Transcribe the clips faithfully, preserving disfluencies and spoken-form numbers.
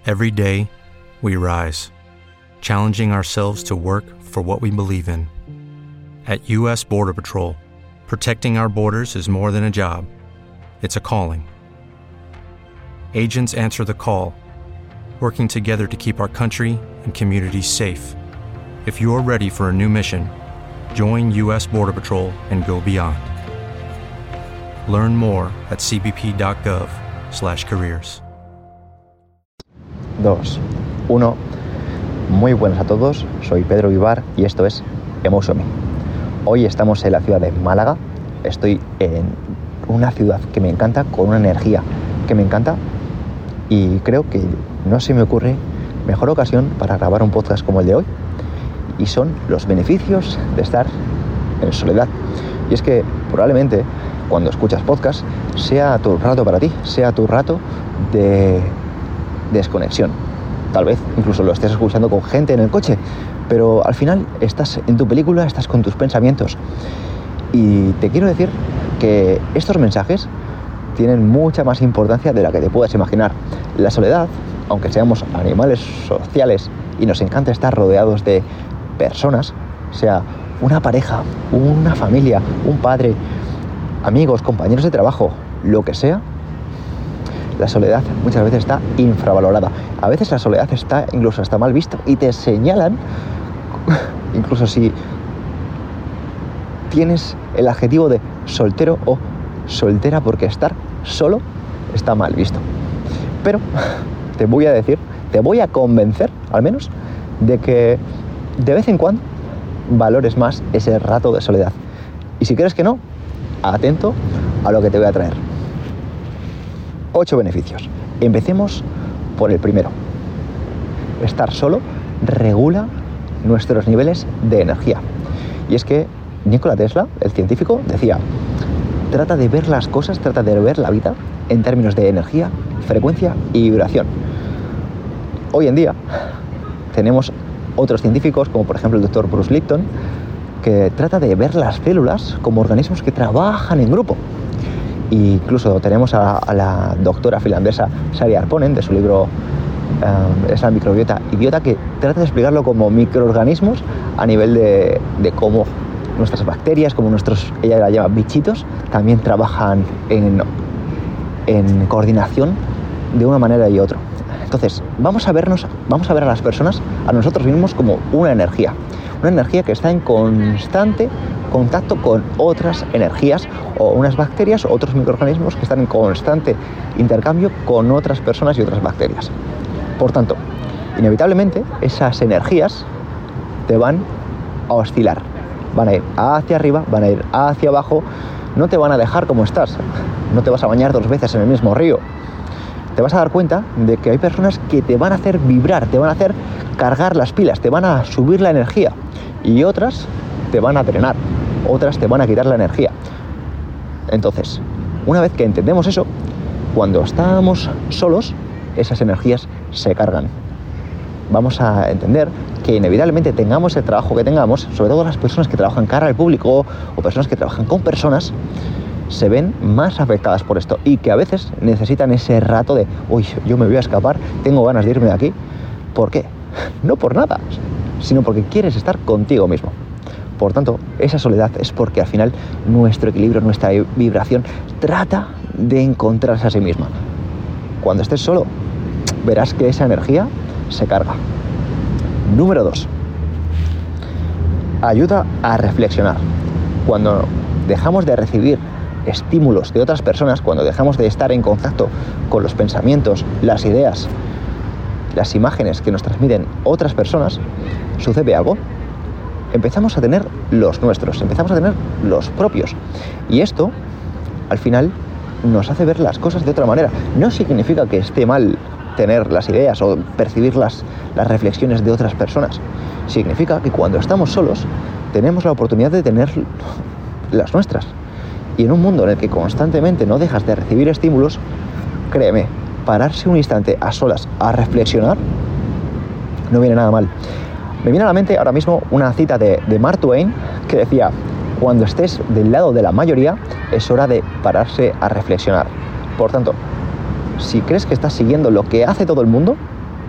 Every day, we rise, challenging ourselves to work for what we believe in. At U S Border Patrol, protecting our borders is more than a job, it's a calling. Agents answer the call, working together to keep our country and communities safe. If you're ready for a new mission, join U S Border Patrol and go beyond. Learn more at c b p dot gov slash careers. dos, uno. Muy buenas a todos, soy Pedro Vivar y esto es Emotion Me. Hoy estamos en la ciudad de Málaga. Estoy en una ciudad que me encanta, con una energía que me encanta, y creo que no se me ocurre mejor ocasión para grabar un podcast como el de hoy, y son los beneficios de estar en soledad. Y es que probablemente cuando escuchas podcast sea tu rato para ti, sea tu rato de desconexión. Tal vez incluso lo estés escuchando con gente en el coche, pero al final estás en tu película, estás con tus pensamientos. Y te quiero decir que estos mensajes tienen mucha más importancia de la que te puedas imaginar. La soledad, aunque seamos animales sociales y nos encanta estar rodeados de personas, sea una pareja, una familia, un padre, amigos, compañeros de trabajo, lo que sea, la soledad muchas veces está infravalorada. A veces la soledad está incluso hasta mal visto y te señalan, incluso si tienes el adjetivo de soltero o soltera, porque estar solo está mal visto. Pero te voy a decir, te voy a convencer al menos de que de vez en cuando valores más ese rato de soledad. Y si crees que no, atento a lo que te voy a traer. Ocho beneficios. Empecemos por el primero. Estar solo regula nuestros niveles de energía. Y es que Nikola Tesla, el científico, decía: trata de ver las cosas, trata de ver la vida en términos de energía, frecuencia y vibración. Hoy en día tenemos otros científicos, como por ejemplo el doctor Bruce Lipton, que trata de ver las células como organismos que trabajan en grupo. E incluso tenemos a, a la doctora finlandesa Sari Arponen, de su libro um, es la microbiota idiota, que trata de explicarlo como microorganismos a nivel de, de cómo nuestras bacterias, como nuestros, ella la llama bichitos, también trabajan en, en coordinación de una manera y otra. Entonces, vamos a vernos, vamos a ver a las personas, a nosotros mismos, como una energía. Una energía que está en constante contacto con otras energías, o unas bacterias o otros microorganismos que están en constante intercambio con otras personas y otras bacterias. Por tanto, inevitablemente esas energías te van a oscilar. Van a ir hacia arriba, van a ir hacia abajo, no te van a dejar como estás. No te vas a bañar dos veces en el mismo río. Te vas a dar cuenta de que hay personas que te van a hacer vibrar, te van a hacer cargar las pilas, te van a subir la energía, y otras te van a drenar, otras te van a quitar la energía. Entonces, una vez que entendemos eso, cuando estamos solos, esas energías se cargan. Vamos a entender que inevitablemente tengamos el trabajo que tengamos, sobre todo las personas que trabajan cara al público o personas que trabajan con personas, se ven más afectadas por esto, y que a veces necesitan ese rato de uy, yo me voy a escapar, tengo ganas de irme de aquí. ¿Por qué? No por nada, sino porque quieres estar contigo mismo. Por tanto, esa soledad es porque al final nuestro equilibrio, nuestra vibración trata de encontrarse a sí misma. Cuando estés solo, verás que esa energía se carga. Número dos. Ayuda a reflexionar. Cuando dejamos de recibir estímulos de otras personas, cuando dejamos de estar en contacto con los pensamientos, las ideas, las imágenes que nos transmiten otras personas, sucede algo. Empezamos a tener los nuestros, empezamos a tener los propios. Y esto, al final, nos hace ver las cosas de otra manera. No significa que esté mal tener las ideas o percibir las, las reflexiones de otras personas. Significa que cuando estamos solos, tenemos la oportunidad de tener las nuestras. Y en un mundo en el que constantemente no dejas de recibir estímulos, créeme, pararse un instante a solas a reflexionar no viene nada mal. Me viene a la mente ahora mismo una cita de, de Mark Twain, que decía: cuando estés del lado de la mayoría, es hora de pararse a reflexionar. Por tanto, si crees que estás siguiendo lo que hace todo el mundo,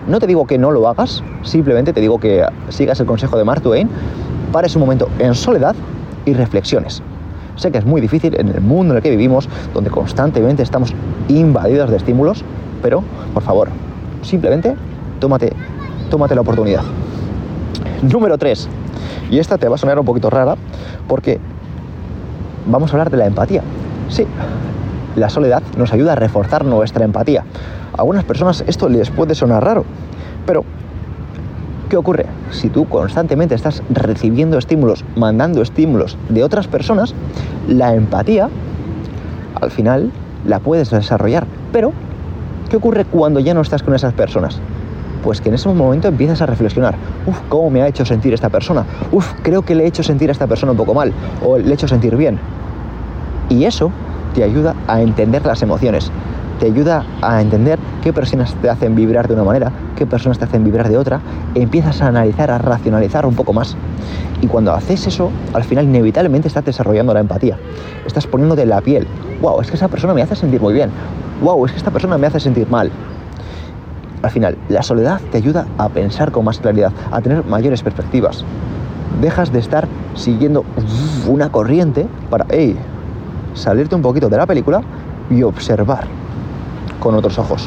No te digo que no lo hagas, simplemente te digo que sigas el consejo de Mark Twain, pares un momento en soledad y reflexiones. Sé que es muy difícil en el mundo en el que vivimos, donde constantemente estamos invadidos de estímulos, pero, por favor, simplemente tómate, tómate la oportunidad. Número tres. Y esta te va a sonar un poquito rara, porque vamos a hablar de la empatía. Sí, la soledad nos ayuda a reforzar nuestra empatía. A algunas personas esto les puede sonar raro, pero ¿qué ocurre? Si tú constantemente estás recibiendo estímulos, mandando estímulos de otras personas, la empatía, al final, la puedes desarrollar. Pero, ¿qué ocurre cuando ya no estás con esas personas? Pues que en ese momento empiezas a reflexionar. Uf, ¿cómo me ha hecho sentir esta persona? Uf, creo que le he hecho sentir a esta persona un poco mal, o le he hecho sentir bien. Y eso te ayuda a entender las emociones. Te ayuda a entender qué personas te hacen vibrar de una manera, qué personas te hacen vibrar de otra. Empiezas a analizar, a racionalizar un poco más. Y cuando haces eso, al final inevitablemente estás desarrollando la empatía. Estás poniéndote la piel. Wow, es que esa persona me hace sentir muy bien. Wow, es que esta persona me hace sentir mal. Al final, la soledad te ayuda a pensar con más claridad, a tener mayores perspectivas. Dejas de estar siguiendo una corriente para, hey, salirte un poquito de la película y observar con otros ojos.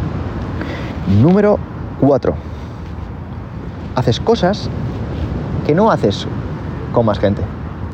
Número cuatro. Haces cosas que no haces con más gente.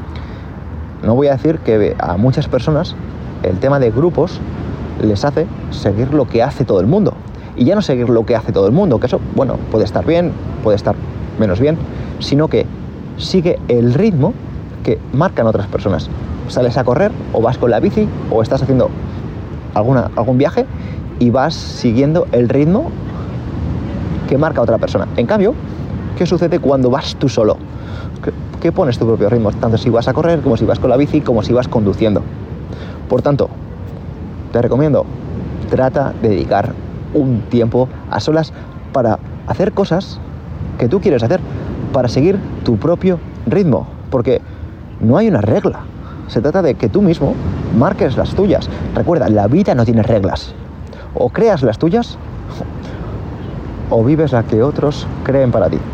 No voy a decir que a muchas personas el tema de grupos les hace seguir lo que hace todo el mundo. Y ya no seguir lo que hace todo el mundo, que eso, bueno, puede estar bien, puede estar menos bien, sino que sigue el ritmo que marcan otras personas. Sales a correr, o vas con la bici, o estás haciendo alguna, algún viaje y vas siguiendo el ritmo que marca otra persona. En cambio, ¿qué sucede cuando vas tú solo? ¿Qué, qué pones tu propio ritmo? Tanto si vas a correr, como si vas con la bici, como si vas conduciendo. Por tanto, te recomiendo, trata de dedicar un tiempo a solas para hacer cosas que tú quieres hacer, para seguir tu propio ritmo, porque no hay una regla. Se trata de que tú mismo marques las tuyas. Recuerda, la vida no tiene reglas. O creas las tuyas, o vives la que otros creen para ti.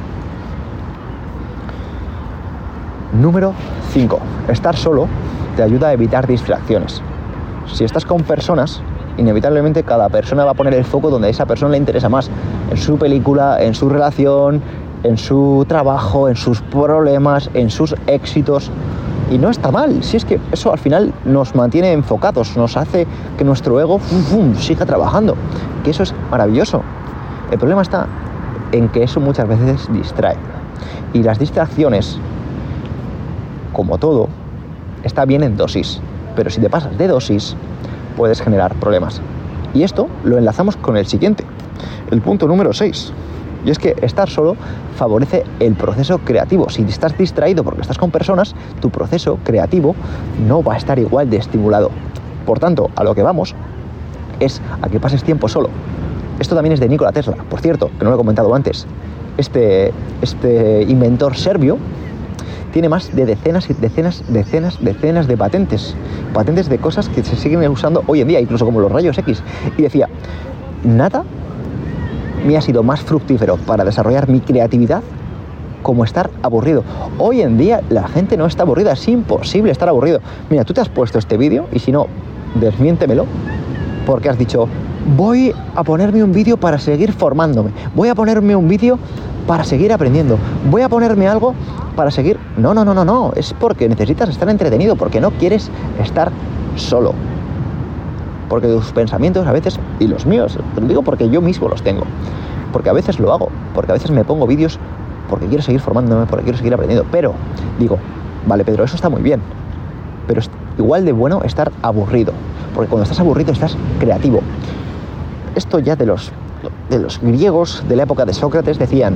Número cinco. Estar solo te ayuda a evitar distracciones. Si estás con personas, inevitablemente cada persona va a poner el foco donde a esa persona le interesa más. En su película, en su relación, en su trabajo, en sus problemas, en sus éxitos. Y no está mal, si es que eso al final nos mantiene enfocados, nos hace que nuestro ego fum, fum, siga trabajando, que eso es maravilloso. El problema está en que eso muchas veces distrae. Y las distracciones, como todo, está bien en dosis, pero si te pasas de dosis, puedes generar problemas. Y esto lo enlazamos con el siguiente, el punto número seis. Y es que estar solo favorece el proceso creativo. Si estás distraído porque estás con personas, tu proceso creativo no va a estar igual de estimulado. Por tanto, a lo que vamos es a que pases tiempo solo. Esto también es de Nikola Tesla, por cierto, que no lo he comentado antes. Este, este inventor serbio tiene más de decenas y decenas, decenas, decenas de patentes. Patentes de cosas que se siguen usando hoy en día, incluso como los rayos X. Y decía, nada me ha sido más fructífero para desarrollar mi creatividad como estar aburrido. Hoy en día la gente no está aburrida, es imposible estar aburrido. Mira, tú te has puesto este vídeo y si no, desmiéntemelo, porque has dicho, voy a ponerme un vídeo para seguir formándome, voy a ponerme un vídeo para seguir aprendiendo, voy a ponerme algo para seguir... No, no, no, no, no, es porque necesitas estar entretenido, porque no quieres estar solo. Porque tus pensamientos a veces, y los míos, te lo digo porque yo mismo los tengo, porque a veces lo hago, porque a veces me pongo vídeos porque quiero seguir formándome, porque quiero seguir aprendiendo, pero digo, vale Pedro, eso está muy bien, pero es igual de bueno estar aburrido, porque cuando estás aburrido estás creativo. Esto ya de los, de los griegos de la época de Sócrates decían,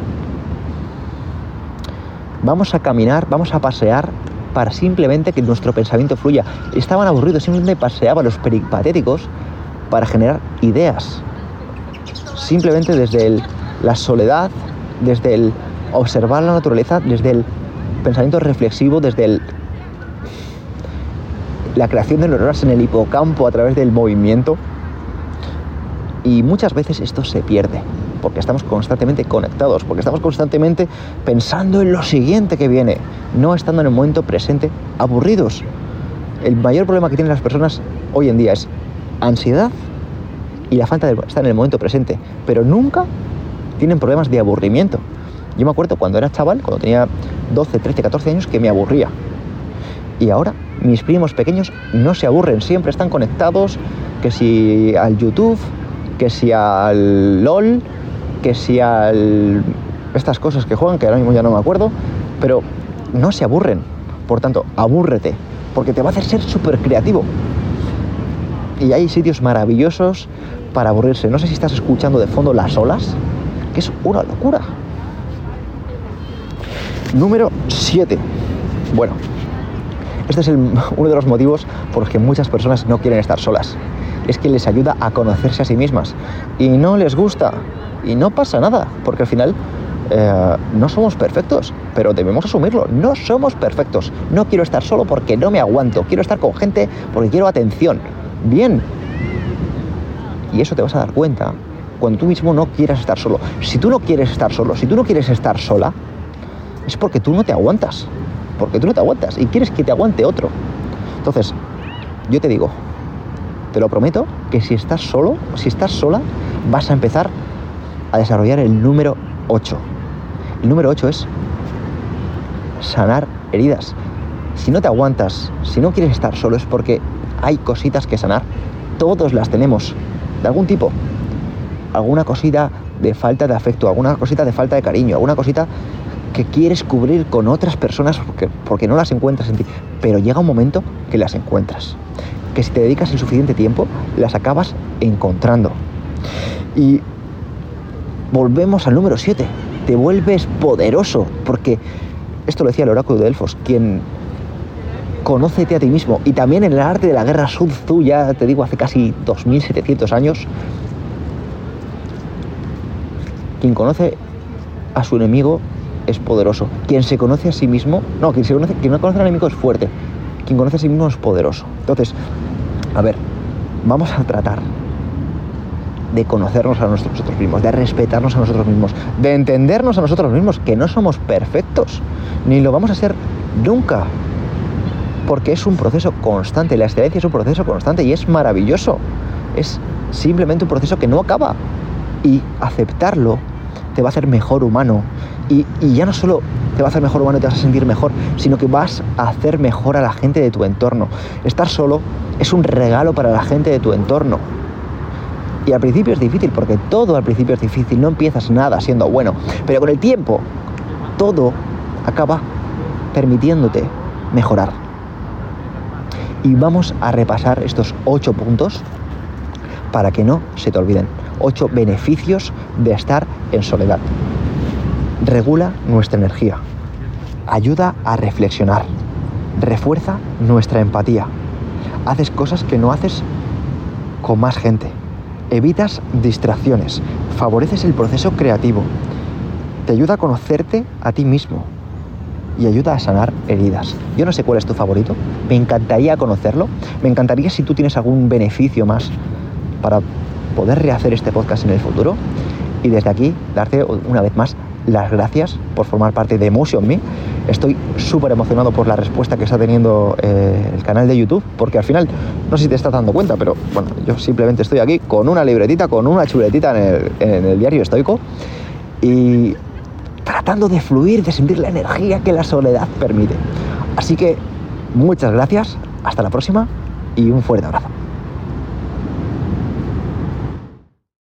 vamos a caminar, vamos a pasear para simplemente que nuestro pensamiento fluya. Estaban aburridos, simplemente paseaban los peripatéticos para generar ideas. Simplemente desde el, la soledad, desde el observar la naturaleza, desde el pensamiento reflexivo, desde el, la creación de neuronas en el hipocampo a través del movimiento. Y muchas veces esto se pierde. porque estamos constantemente conectados, porque estamos constantemente pensando en lo siguiente que viene, no estando en el momento presente, aburridos. El mayor problema que tienen las personas hoy en día es ansiedad y la falta de estar en el momento presente, pero nunca tienen problemas de aburrimiento. Yo me acuerdo cuando era chaval, cuando tenía doce, trece, catorce años, que me aburría. Y ahora mis primos pequeños no se aburren, siempre están conectados, que si al YouTube, que si al LOL, que si al... estas cosas que juegan, que ahora mismo ya no me acuerdo, pero no se aburren. Por tanto, abúrrete, porque te va a hacer ser súper creativo. Y hay sitios maravillosos para aburrirse. No sé si estás escuchando de fondo las olas, que es una locura. Número siete. Bueno, este es el, uno de los motivos por los que muchas personas no quieren estar solas. Es que les ayuda a conocerse a sí mismas. Y no les gusta. Y no pasa nada, porque al final eh, no somos perfectos, pero debemos asumirlo. No somos perfectos. No quiero estar solo porque no me aguanto. Quiero estar con gente porque quiero atención. Bien. Y eso te vas a dar cuenta cuando tú mismo no quieras estar solo. Si tú no quieres estar solo, si tú no quieres estar sola, es porque tú no te aguantas. Porque tú no te aguantas y quieres que te aguante otro. Entonces, yo te digo, te lo prometo, que si estás solo, si estás sola, vas a empezar a desarrollar el número ocho. El número ocho es sanar heridas. Si no te aguantas, si no quieres estar solo, es porque hay cositas que sanar. Todos las tenemos, de algún tipo. Alguna cosita de falta de afecto, alguna cosita de falta de cariño, alguna cosita que quieres cubrir con otras personas porque, porque no las encuentras en ti. Pero llega un momento que las encuentras. Que si te dedicas el suficiente tiempo, las acabas encontrando. Y volvemos al número siete. Te vuelves poderoso, porque esto lo decía el oráculo de Delfos, quien conócete a ti mismo. Y también en el arte de la guerra Sun Tzu, ya te digo, hace casi dos mil setecientos años, quien conoce a su enemigo es poderoso. Quien se conoce a sí mismo, no, quien se conoce, quien no conoce al enemigo es fuerte. Quien conoce a sí mismo es poderoso. Entonces, a ver, vamos a tratar de conocernos a nosotros mismos, de respetarnos a nosotros mismos, de entendernos a nosotros mismos, que no somos perfectos, ni lo vamos a ser nunca, porque es un proceso constante. La excelencia es un proceso constante y es maravilloso. Es simplemente un proceso que no acaba, y aceptarlo te va a hacer mejor humano. Y, y ya no solo te va a hacer mejor humano y te vas a sentir mejor, sino que vas a hacer mejor a la gente de tu entorno. Estar solo es un regalo para la gente de tu entorno. Y al principio es difícil, porque todo al principio es difícil, no empiezas nada siendo bueno. Pero con el tiempo, todo acaba permitiéndote mejorar. Y vamos a repasar estos ocho puntos para que no se te olviden. Ocho beneficios de estar en soledad. Regula nuestra energía, ayuda a reflexionar, refuerza nuestra empatía, haces cosas que no haces con más gente, evitas distracciones, favoreces el proceso creativo, te ayuda a conocerte a ti mismo y ayuda a sanar heridas. Yo no sé cuál es tu favorito, me encantaría conocerlo, me encantaría si tú tienes algún beneficio más para poder rehacer este podcast en el futuro. Y desde aquí, darte una vez más las gracias por formar parte de Emotion Me. Estoy súper emocionado por la respuesta que está teniendo eh, el canal de YouTube, porque al final, no sé si te estás dando cuenta, pero bueno, yo simplemente estoy aquí con una libretita, con una chuletita en el, en el diario estoico, y tratando de fluir, de sentir la energía que la soledad permite. Así que muchas gracias, hasta la próxima y un fuerte abrazo.